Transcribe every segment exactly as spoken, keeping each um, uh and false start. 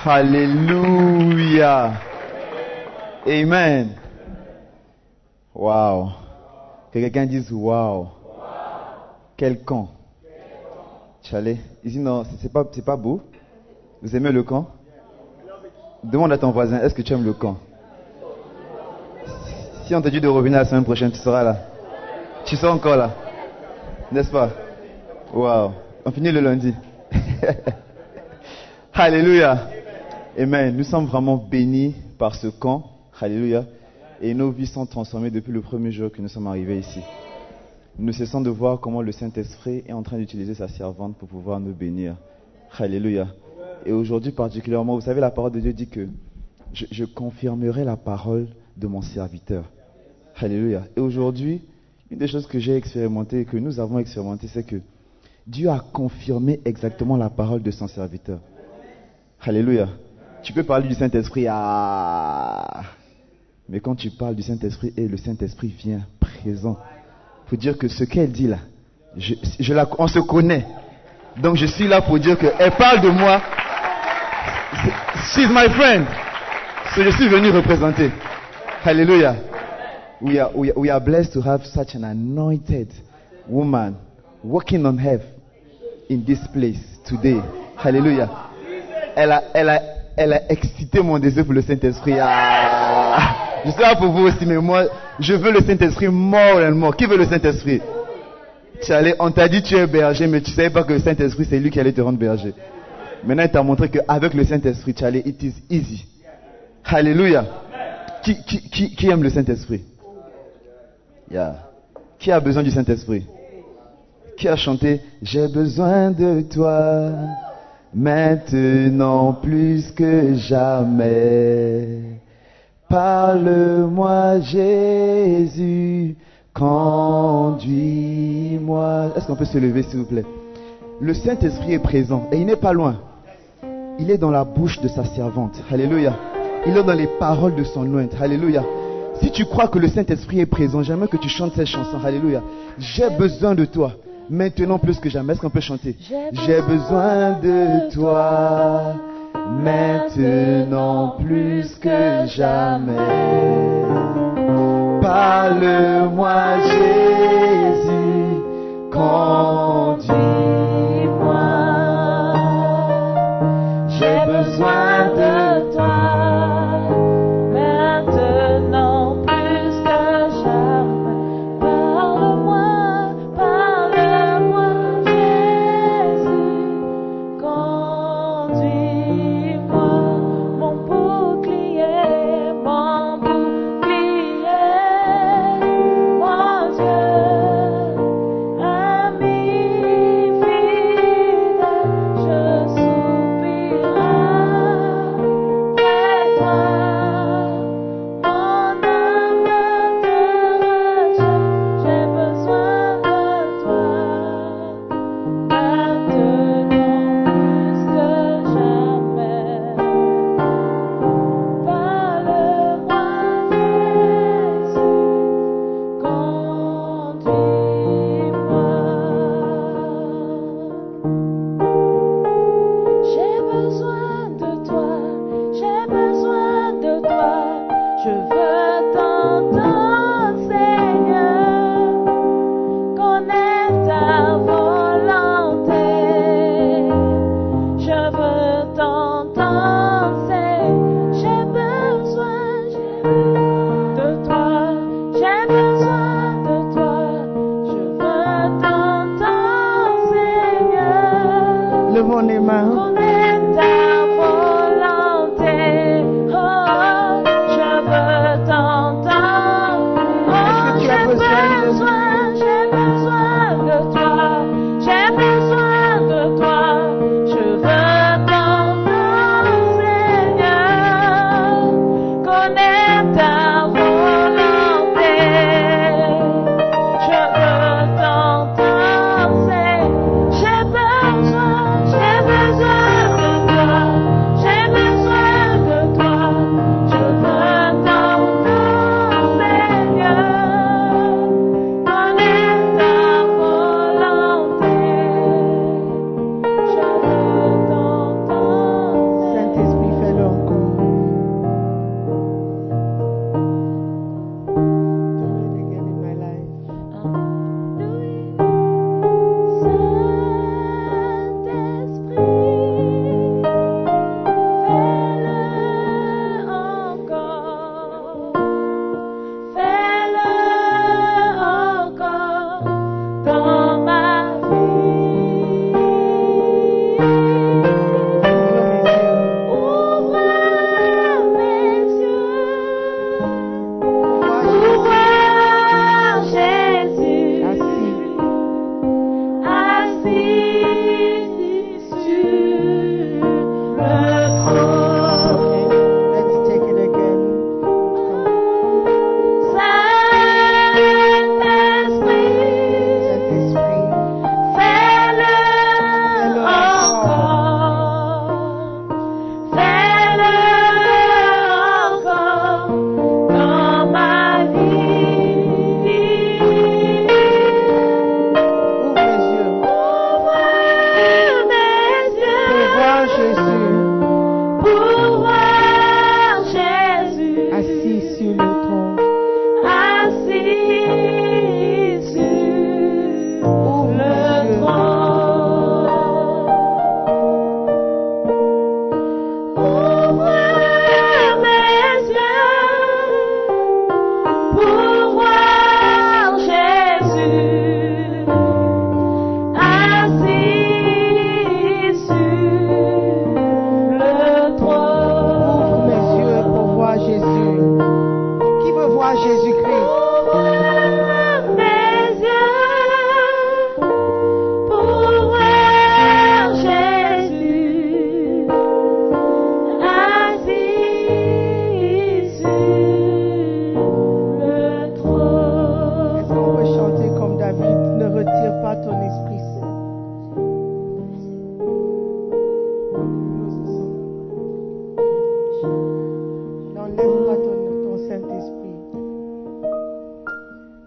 Alléluia. Amen. Wow. Que quelqu'un dise wow. Quel camp. Chalet. Ici, non, c'est pas, c'est pas beau. Vous aimez le camp? Demande à ton voisin, est-ce que tu aimes le camp? Si on te dit de revenir la semaine prochaine, tu seras là. Tu seras encore là. N'est-ce pas? Wow. On finit le lundi. Alléluia. Amen. Nous sommes vraiment bénis par ce camp. Alléluia. Et nos vies sont transformées depuis le premier jour que nous sommes arrivés ici. Nous cessons de voir comment le Saint-Esprit est en train d'utiliser sa servante pour pouvoir nous bénir. Alléluia. Et aujourd'hui particulièrement, vous savez, la parole de Dieu dit que je, je confirmerai la parole de mon serviteur. Alléluia. Et aujourd'hui, une des choses que j'ai expérimenté et que nous avons expérimenté, c'est que Dieu a confirmé exactement la parole de son serviteur. Alléluia. Tu peux parler du Saint-Esprit, ah, mais quand tu parles du Saint-Esprit et le Saint-Esprit vient présent, il faut dire que ce qu'elle dit là, je, je la, on se connaît. Donc je suis là pour dire qu'elle parle de moi. She's my friend. So je suis venu représenter. Hallelujah. We are, we, are, we are blessed to have such an anointed woman walking on earth in this place today. Hallelujah. Elle a, elle a, elle a excité mon désir pour le Saint-Esprit. Ah. Je sais pas pour vous aussi, mais moi, je veux le Saint-Esprit more and more. Qui veut le Saint-Esprit? Tu allais, on t'a dit tu es berger, mais tu savais pas que le Saint-Esprit, c'est lui qui allait te rendre berger. Maintenant, il t'a montré qu'avec le Saint-Esprit, tu allais, it is easy. Alléluia. Qui, qui, qui, qui aime le Saint-Esprit? Yeah. Qui a besoin du Saint-Esprit? Qui a chanté « J'ai besoin de toi, maintenant plus que jamais. Parle-moi Jésus, conduis-moi. » Est-ce qu'on peut se lever s'il vous plaît? Le Saint-Esprit est présent et il n'est pas loin. Il est dans la bouche de sa servante. Alléluia. Il est dans les paroles de son ointe. Alléluia. Si tu crois que le Saint-Esprit est présent, j'aimerais que tu chantes cette chanson. Alléluia. J'ai besoin de toi, maintenant plus que jamais. Est-ce qu'on peut chanter? J'ai besoin de toi, maintenant plus que jamais. Parle-moi Jésus, conduis-moi. J'ai besoin de toi. Mon bouclier, mon Dieu.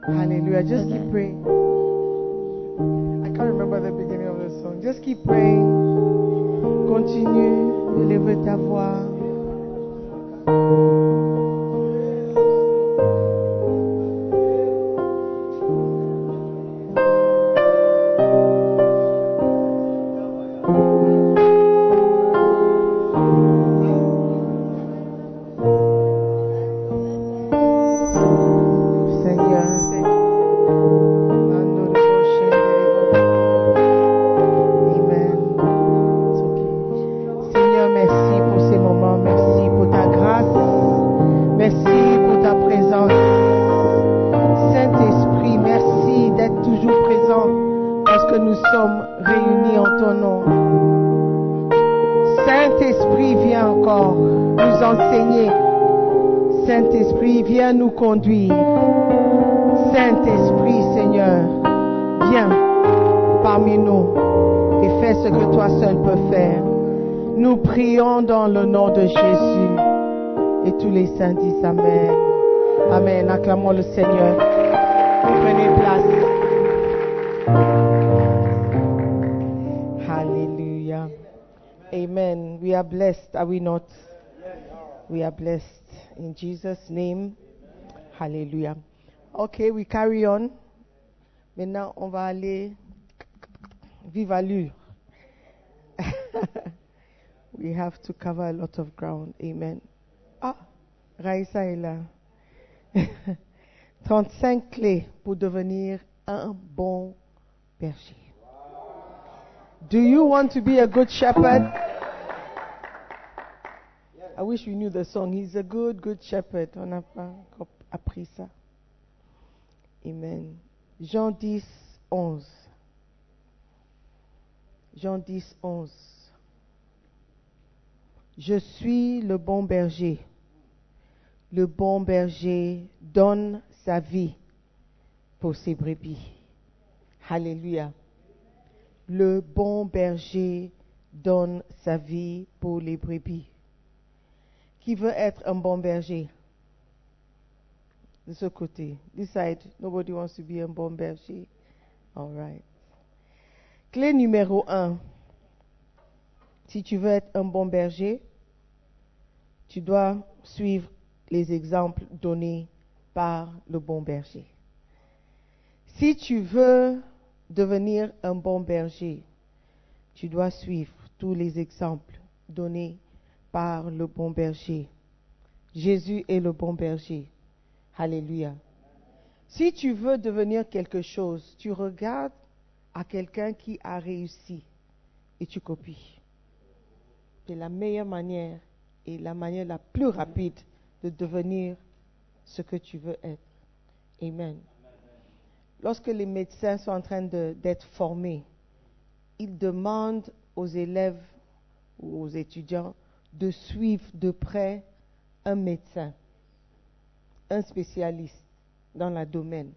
Hallelujah. Just keep praying. I can't remember the beginning of the song. Just keep praying. Continue d'élever ta voix. Conduire. Saint-Esprit, Seigneur, viens parmi nous et fais ce que toi seul peux faire. Nous prions dans le nom de Jésus. Et tous les saints disent Amen. Amen. Acclamons le Seigneur. Prenez place. Hallelujah. Amen. We are blessed, are we not? We are blessed. In Jesus' name. Hallelujah. Okay, we carry on. Maintenant, on va aller vive allure. We have to cover a lot of ground. Amen. Ah, Raïssa est là. trente-cinq clés pour devenir un bon berger. Do you want to be a good shepherd? I wish we knew the song. He's a good, good shepherd. On n'a pas appris ça. Amen. Jean dix, onze. Jean dix, onze. Je suis le bon berger. Le bon berger donne sa vie pour ses brebis. Alléluia. Le bon berger donne sa vie pour les brebis. Qui veut être un bon berger? De ce côté. This side, nobody wants to be un bon berger. All right. Clé numéro un. Si tu veux être un bon berger, tu dois suivre les exemples donnés par le bon berger. Si tu veux devenir un bon berger, tu dois suivre tous les exemples donnés par le bon berger. Jésus est le bon berger. Alléluia. Si tu veux devenir quelque chose, tu regardes à quelqu'un qui a réussi et tu copies. C'est la meilleure manière et la manière la plus rapide de devenir ce que tu veux être. Amen. Lorsque les médecins sont en train de, d'être formés, ils demandent aux élèves ou aux étudiants de suivre de près un médecin, un spécialiste dans le domaine.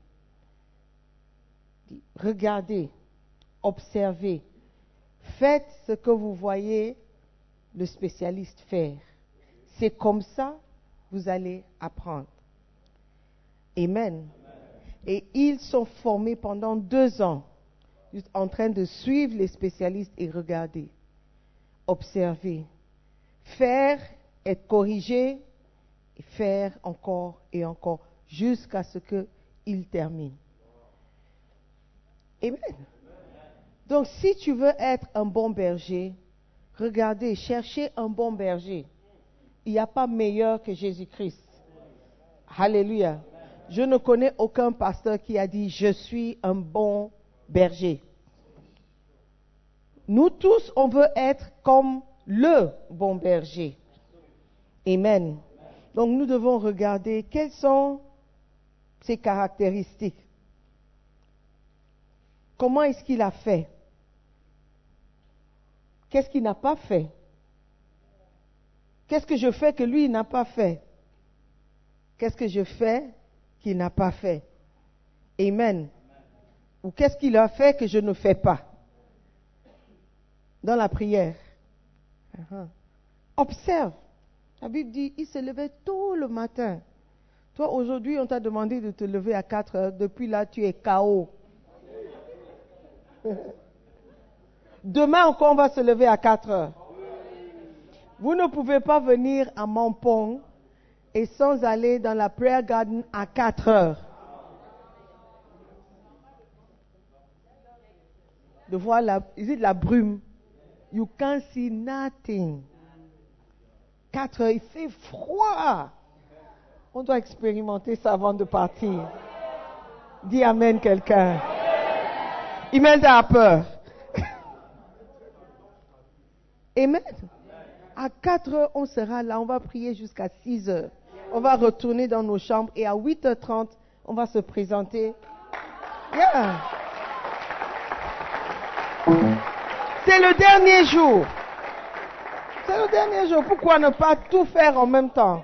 Regardez, observez, faites ce que vous voyez le spécialiste faire. C'est comme ça que vous allez apprendre. Amen. Et ils sont formés pendant deux ans, en train de suivre les spécialistes et regarder, observer, faire, être corrigé, et faire encore et encore, jusqu'à ce qu'ils terminent. Amen. Donc, si tu veux être un bon berger, regardez, cherchez un bon berger. Il n'y a pas meilleur que Jésus-Christ. Alléluia. Je ne connais aucun pasteur qui a dit « Je suis un bon berger ». Nous tous, on veut être comme le bon berger. Amen. Donc, nous devons regarder quelles sont ses caractéristiques. Comment est-ce qu'il a fait? Qu'est-ce qu'il n'a pas fait? Qu'est-ce que je fais que lui n'a pas fait? Qu'est-ce que je fais qu'il n'a pas fait? Amen. Ou qu'est-ce qu'il a fait que je ne fais pas? Dans la prière. Uh-huh. Observe. La Bible dit, il se levait tôt le matin. Toi, aujourd'hui, on t'a demandé de te lever à quatre heures. Depuis là, tu es K O. Demain encore, on va se lever à quatre heures. Vous ne pouvez pas venir à Mampong et sans aller dans la prayer garden à quatre heures. De voir la, is it la brume. You can't see nothing. quatre heures, il fait froid. On doit expérimenter ça avant de partir. Dis amen quelqu'un. Imelda a peur. Amen. À quatre heures, on sera là, on va prier jusqu'à six heures. On va retourner dans nos chambres et à huit heures trente, on va se présenter. Yeah. C'est le dernier jour. C'est le dernier jour. Pourquoi ne pas tout faire en même temps?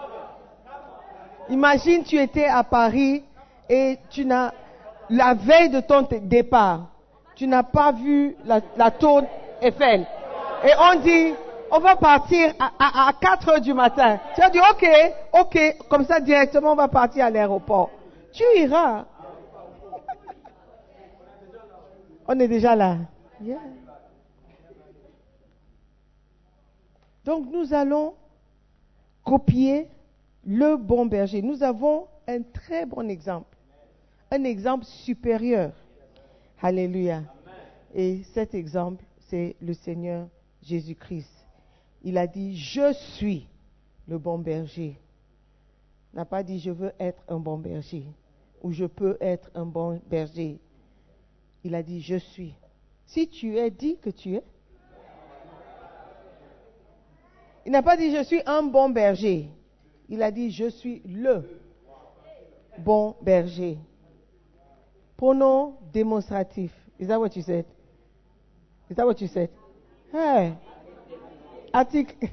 Imagine, tu étais à Paris et tu n'as, la veille de ton départ, tu n'as pas vu la, la tour Eiffel. Et on dit, on va partir à, à, à quatre heures du matin. Tu as dit, ok, ok, comme ça directement on va partir à l'aéroport. Tu iras. On est déjà là. Yeah. Donc nous allons copier le bon berger. Nous avons un très bon exemple. Un exemple supérieur. Alléluia. Et cet exemple, c'est le Seigneur Jésus-Christ. Il a dit, je suis le bon berger. Il n'a pas dit, je veux être un bon berger. Ou je peux être un bon berger. Il a dit, je suis. Si tu es, dis que tu es. Il n'a pas dit, je suis un bon berger. Il a dit, je suis le bon berger. Pronom démonstratif. Is that what you said? Is that what you said? Hey. Article.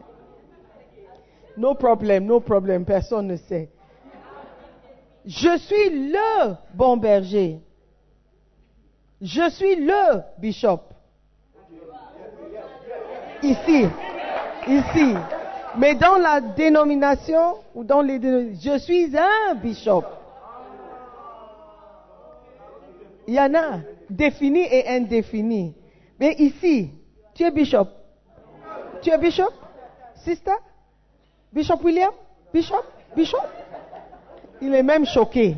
No problem, no problem. Personne ne sait. Je suis le bon berger. Je suis le bishop. Ici. Ici. Mais dans la dénomination, ou dans les dénominations, je suis un bishop. Il y en a défini et indéfini. Mais ici, tu es bishop. Tu es bishop? Sister? Bishop William? Bishop? Bishop? Il est même choqué.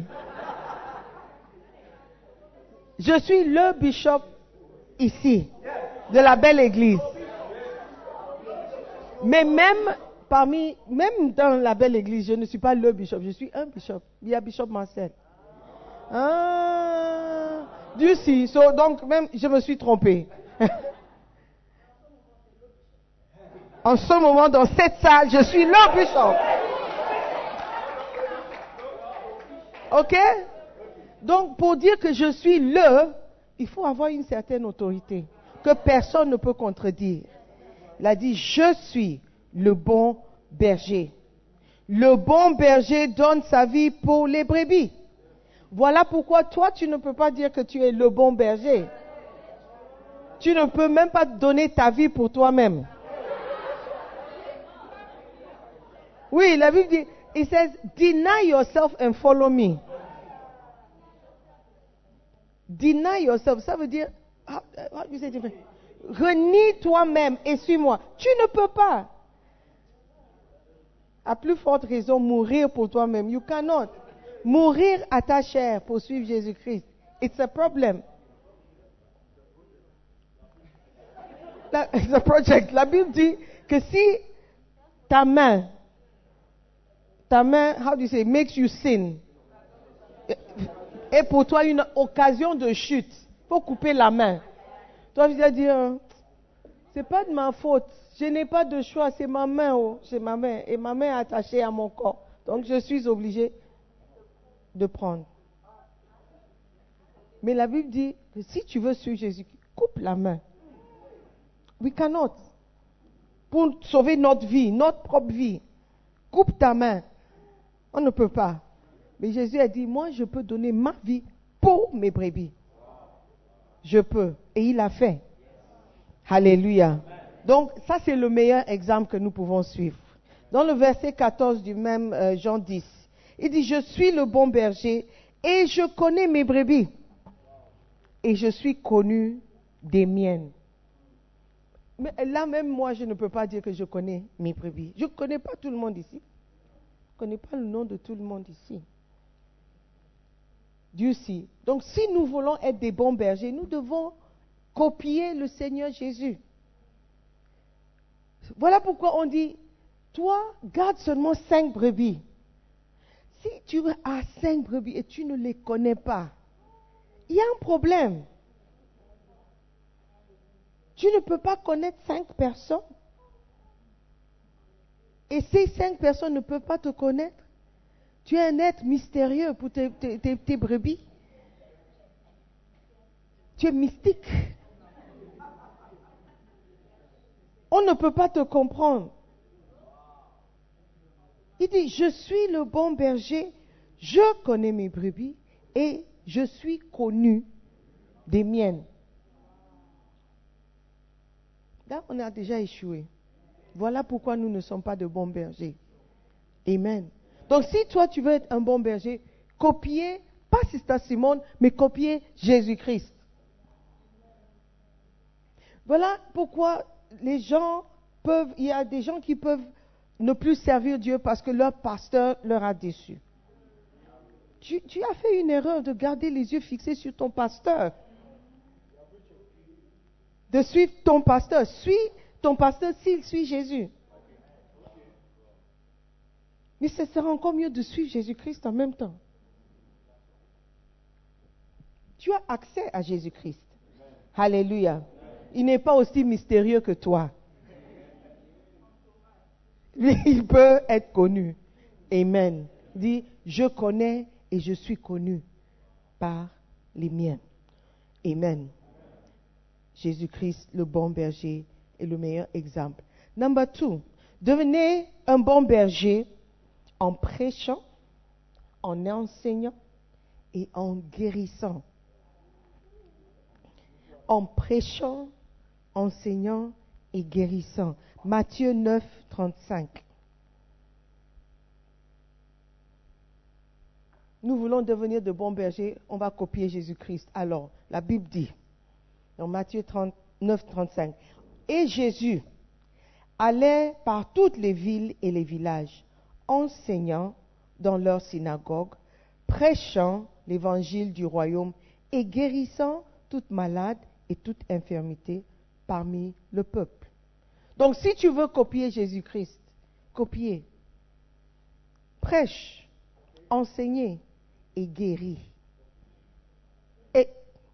Je suis le bishop ici, de la belle église. Mais même parmi, même dans la belle église, je ne suis pas le bishop, je suis un bishop. Il y a Bishop Marcel. Ah, Dieu si, so, donc même je me suis trompé. En ce moment, dans cette salle, je suis le bishop. Ok? Donc, pour dire que je suis le, il faut avoir une certaine autorité que personne ne peut contredire. Il a dit, je suis le bon berger. Le bon berger donne sa vie pour les brebis. Voilà pourquoi toi, tu ne peux pas dire que tu es le bon berger. Tu ne peux même pas donner ta vie pour toi-même. Oui, la Bible dit, it says, deny yourself and follow me. Deny yourself, ça veut dire, how, how do you say different? Renie toi-même et suis-moi. Tu ne peux pas. À plus forte raison, mourir pour toi-même. You cannot. Mourir à ta chair pour suivre Jésus-Christ. It's a problem. La, it's a project. La Bible dit que si ta main, ta main, how do you say, makes you sin, et pour toi une occasion de chute, il faut couper la main. Toi, tu vas dire, c'est pas de ma faute. Je n'ai pas de choix. C'est ma main, oh, c'est ma main. Et ma main est attachée à mon corps. Donc, je suis obligé de prendre. Mais la Bible dit que si tu veux suivre Jésus, coupe la main. We cannot. Pour sauver notre vie, notre propre vie. Coupe ta main. On ne peut pas. Mais Jésus a dit, moi, je peux donner ma vie pour mes brebis. Je peux. Et il a fait. Alléluia. Donc, ça, c'est le meilleur exemple que nous pouvons suivre. Dans le verset quatorze du même euh, Jean dix, Il dit, je suis le bon berger et je connais mes brebis. Et je suis connu des miennes. Mais là même, moi, je ne peux pas dire que je connais mes brebis. Je ne connais pas tout le monde ici. Je ne connais pas le nom de tout le monde ici. Dieu sait. Donc, si nous voulons être des bons bergers, nous devons copier le Seigneur Jésus. Voilà pourquoi on dit, toi, garde seulement cinq brebis. Si tu as cinq brebis et tu ne les connais pas, il y a un problème. Tu ne peux pas connaître cinq personnes. Et ces cinq personnes ne peuvent pas te connaître. Tu es un être mystérieux pour tes, tes, tes, tes brebis. Tu es mystique. On ne peut pas te comprendre. Il dit, je suis le bon berger, je connais mes brebis et je suis connu des miennes. Là, on a déjà échoué. Voilà pourquoi nous ne sommes pas de bons bergers. Amen. Donc, si toi, tu veux être un bon berger, copiez, pas Sister Simone, mais copiez Jésus-Christ. Voilà pourquoi les gens peuvent, il y a des gens qui peuvent ne plus servir Dieu parce que leur pasteur leur a déçu. Tu, tu as fait une erreur de garder les yeux fixés sur ton pasteur. De suivre ton pasteur. Suis ton pasteur s'il suit Jésus. Mais ce sera encore mieux de suivre Jésus-Christ en même temps. Tu as accès à Jésus-Christ. Alléluia. Il n'est pas aussi mystérieux que toi. Il peut être connu. Amen. Il dit, je connais et je suis connu par les miens. Amen. Jésus-Christ, le bon berger, est le meilleur exemple. Number two, devenez un bon berger en prêchant, en enseignant et en guérissant. En prêchant, enseignant et guérissant. Matthieu neuf, trente-cinq. Nous voulons devenir de bons bergers, on va copier Jésus-Christ. Alors, la Bible dit, dans Matthieu neuf, trente-cinq, et Jésus allait par toutes les villes et les villages, enseignant dans leurs synagogues, prêchant l'évangile du royaume et guérissant toute malade et toute infirmité parmi le peuple. Donc, si tu veux copier Jésus-Christ, copier, prêche, enseigner et guérir. Et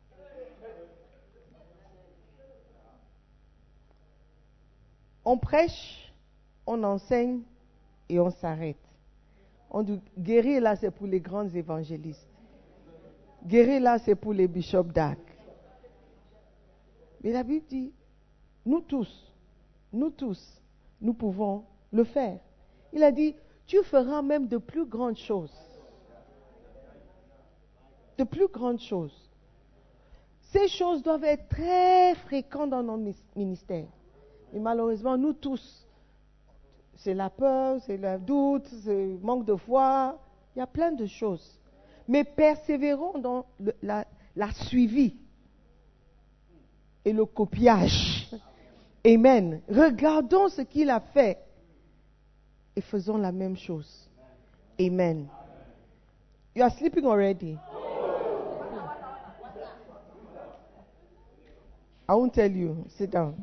on prêche, on enseigne et on s'arrête. On dit, guérir là, c'est pour les grands évangélistes. Guérir là, c'est pour les bishops d'Arc. Mais la Bible dit, nous tous, nous tous, nous pouvons le faire. Il a dit, tu feras même de plus grandes choses. De plus grandes choses. Ces choses doivent être très fréquentes dans nos ministères. Et malheureusement, nous tous, c'est la peur, c'est le doute, c'est le manque de foi. Il y a plein de choses. Mais persévérons dans le, la, la suivi et le copiage. Amen. Regardons ce qu'il a fait et faisons la même chose. Amen. You are sleeping already. I won't tell you. Sit down.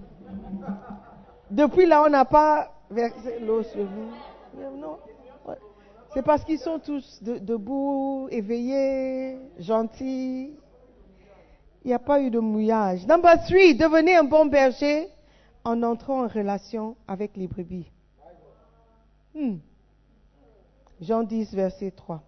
Depuis là, on n'a pas versé l'eau sur vous. Non. C'est parce qu'ils sont tous de, debout, éveillés, gentils. Il n'y a pas eu de mouillage. Number three, devenez un bon berger en entrant en relation avec les brebis. Hmm. Jean dix, verset trois.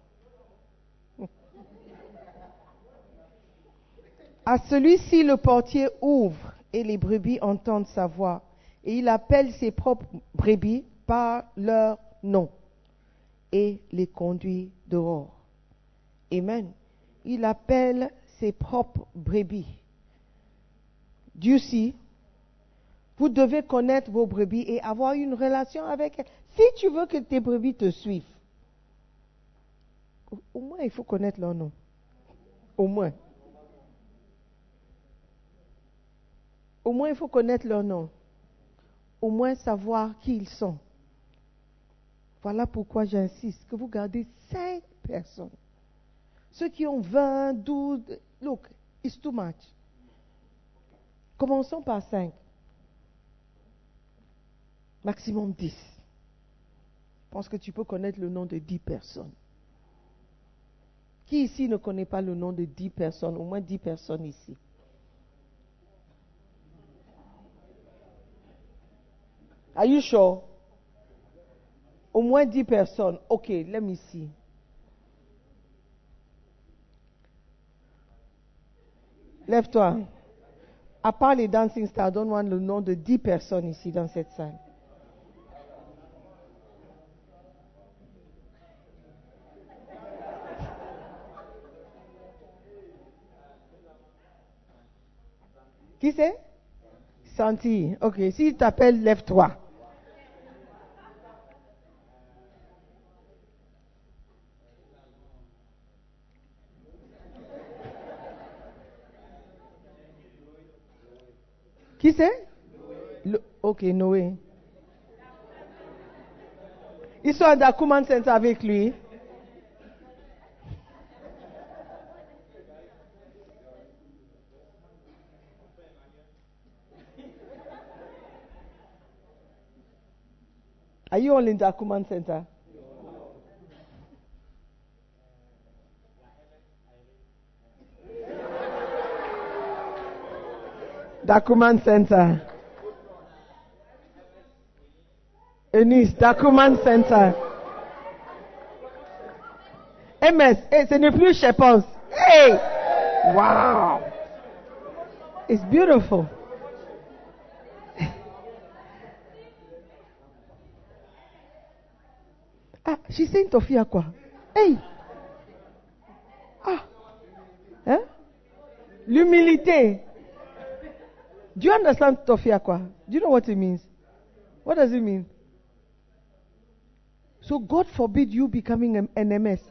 À celui-ci, le portier ouvre et les brebis entendent sa voix. Et il appelle ses propres brebis par leur nom et les conduit dehors. Amen. Il appelle ses propres brebis. Dieu sait, vous devez connaître vos brebis et avoir une relation avec elles. Si tu veux que tes brebis te suivent, Au, au moins, il faut connaître leur nom. Au moins. Au moins, il faut connaître leur nom. Au moins, savoir qui ils sont. Voilà pourquoi j'insiste que vous gardez cinq personnes. Ceux qui ont vingt, douze, look, it's too much. Commençons par cinq. Maximum dix. Je pense que tu peux connaître le nom de dix personnes. Qui ici ne connaît pas le nom de dix personnes? Au moins dix personnes ici. Are you sure? Au moins dix personnes. Ok, let me see. Lève-toi. À part les dancing stars, donne-moi le nom de dix personnes ici dans cette salle. Qui c'est? Santi. Ok, s'il t'appelle, lève-toi. Qui c'est? Le, ok, Noé. Ils sont à Dakuman Center avec lui. Are you all in Dakuman Center? Dakuman Center. Eunice, Dakuman Center. M S, hey, ce n'est plus chez Pense. Hey! Wow! It's beautiful. Ah, she's saying Tofia quoi? Hey! Ah! Hein? L'humilité. Do you understand Tofia quoi? Do you know what it means? What does it mean? So God forbid you becoming an M S.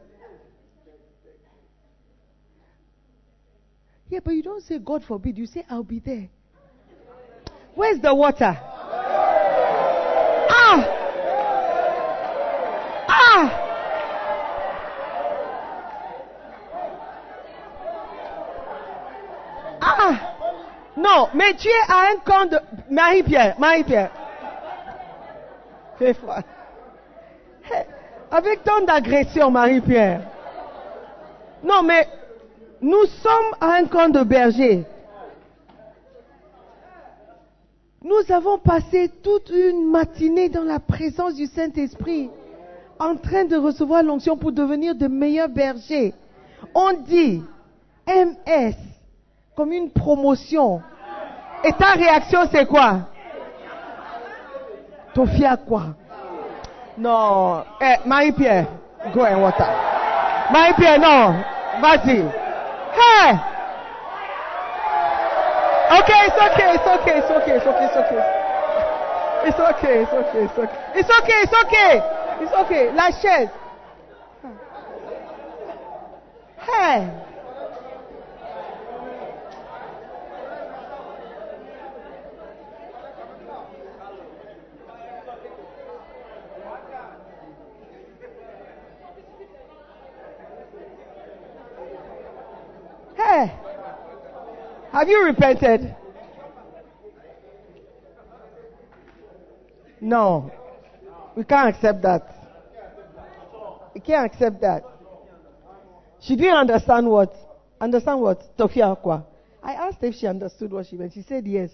Yeah, but you don't say God forbid, you say I'll be there. Where's the water? Ah! Ah! Ah! Non, mais tu es à un camp de... Marie-Pierre, Marie-Pierre. Fais froid. Avec tant d'agression, Marie-Pierre. Non, mais nous sommes à un camp de berger. Nous avons passé toute une matinée dans la présence du Saint-Esprit, en train de recevoir l'onction pour devenir de meilleurs bergers. On dit M S comme une promotion. Et ta réaction, c'est quoi? Tofia quoi? Non. Eh, Marie-Pierre, go and water. Marie-Pierre, non. Vas-y. Hey! Okay, it's okay, it's okay, it's okay, it's okay, it's okay. It's okay, it's okay, it's okay. It's okay, it's okay. It's okay. La chaise. Hey! Hey! Have you repented? No. We can't accept that. We can't accept that. She didn't understand what? Understand what? Tofia Akwa. I asked if she understood what she meant. She said yes.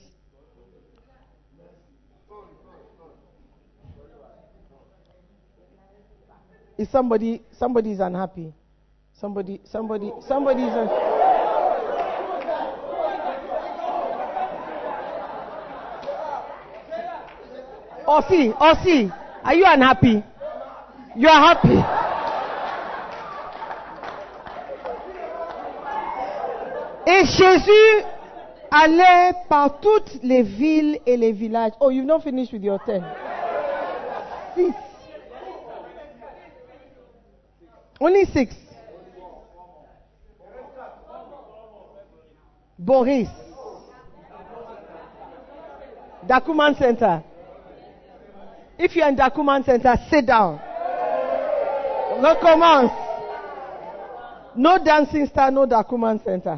Is somebody, somebody is unhappy. Somebody, somebody, somebody is unhappy. Ossie, Ossie, are you unhappy? You are happy. Et Jésus allait par toutes les villes et les villages. Oh, you've not finished with your ten. Six. Only six. Boris. Dakuman Center. If you're in Dakuman Center, sit down. Recommence. No dancing star, no Dakuman Center.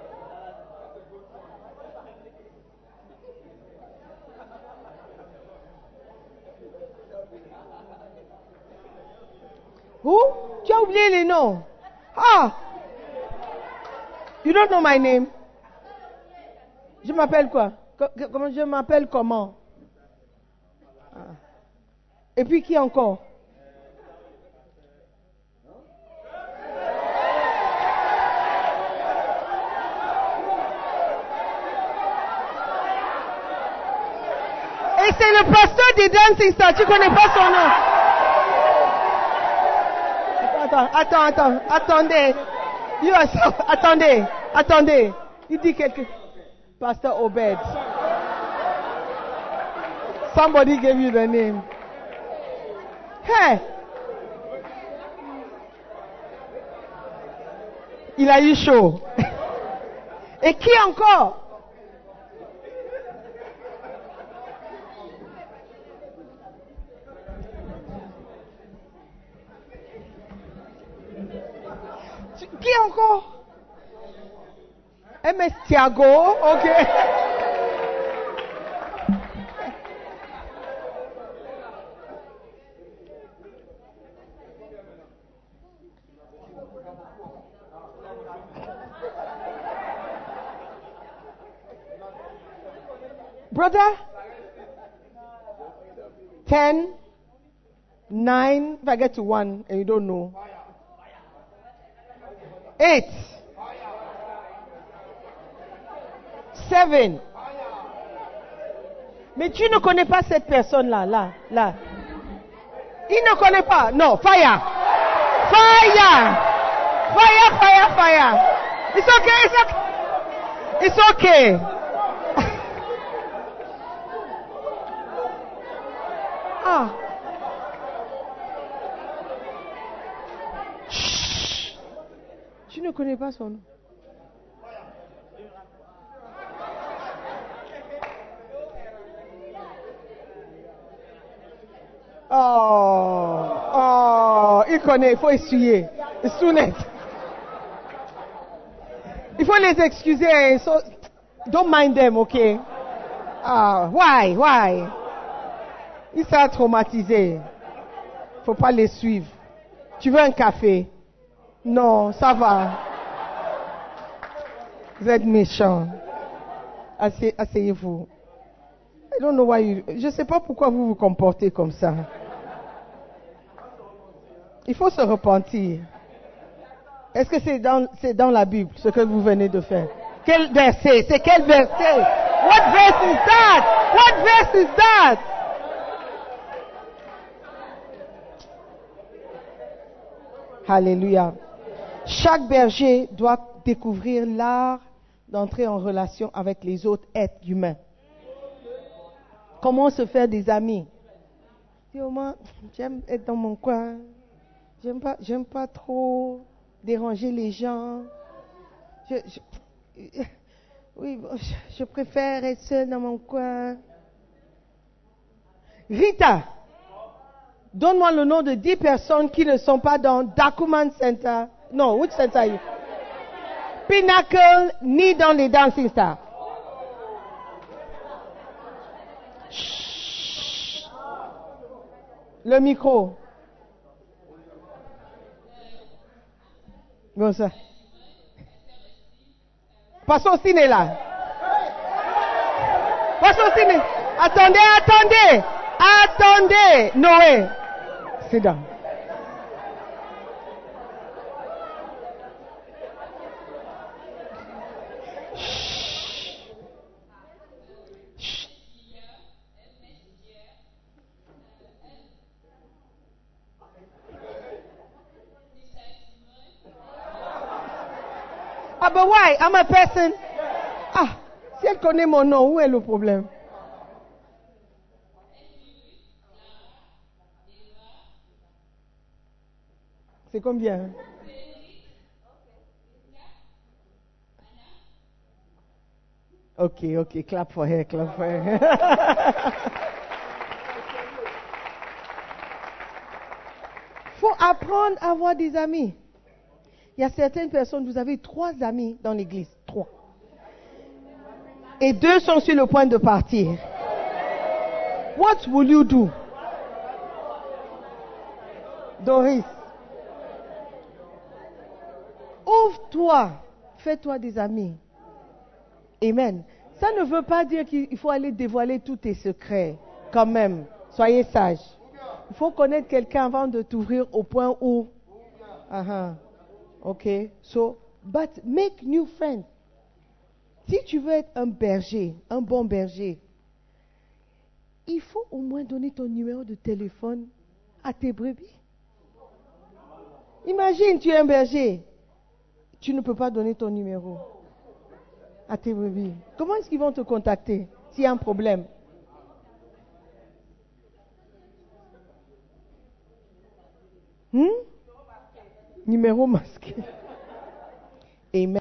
Who? Tu as oublié les noms. Ah! You don't know my name? Je m'appelle quoi? Comment je m'appelle comment? Ah. Et puis qui encore? Et c'est le pasteur des Dancing Stars, tu connais pas son nom? Attends, attends, attends, attendez. You are so, attendez, attendez. Il dit quelque... Pasteur Obed. Somebody gave you the name. Hey! Il a eu chaud. Et qui encore? Qui encore? M S Thiago, ok. Brother, ten, nine, if I get to one and you don't know. Eight. Seven. Mais tu ne connais pas cette personne-là, là, là. Il ne connaît pas. Non, fire. Fire. Fire, fire, fire. It's okay, it's okay. It's okay. Ah. Chut. Tu ne connais pas son nom. Oh, oh, il connaît, il faut essuyer. It's too late. Il faut les excuser. So, don't mind them, okay? Ah, why, why? Ils sont traumatisés. Faut pas les suivre. Tu veux un café? Non, ça va. Vous êtes méchants. Assey, asseyez-vous. I don't know why you... Je sais pas pourquoi vous vous comportez comme ça. Il faut se repentir. Est-ce que c'est dans, c'est dans la Bible, ce que vous venez de faire? Quel verset? C'est quel verset? What verse is that? What verse is that? Alléluia. Chaque berger doit découvrir l'art d'entrer en relation avec les autres êtres humains. Comment se faire des amis? Moi, j'aime être dans mon coin. J'aime pas, j'aime pas trop déranger les gens. Je, je, oui, je, je préfère être seule dans mon coin. Rita, donne-moi le nom de dix personnes qui ne sont pas dans Dakuman Center. Non, which center are you? Pinnacle, ni dans les Dancing Stars. Chut. Le micro. Bon ça. Passons au ciné là. Passons au ciné. Attendez, attendez. Attendez. Noé. C'est dans. Ah, but why? I'm a person. Ah, si elle connaît mon nom, où est le problème? C'est combien? Ok, ok, clap for her, clap for her. Faut apprendre à avoir des amis. Il y a certaines personnes, vous avez trois amis dans l'église, trois. Et deux sont sur le point de partir. What will you do? Doris, ouvre-toi, fais-toi des amis. Amen. Ça ne veut pas dire qu'il faut aller dévoiler tous tes secrets, quand même. Soyez sages. Il faut connaître quelqu'un avant de t'ouvrir au point où... Uh-huh. Ok. So, but make new friends. Si tu veux être un berger, un bon berger, il faut au moins donner ton numéro de téléphone à tes brebis. Imagine, tu es un berger. Tu ne peux pas donner ton numéro à tes brebis. Comment est-ce qu'ils vont te contacter s'il y a un problème? Hmm? Numéro masqué. Amen.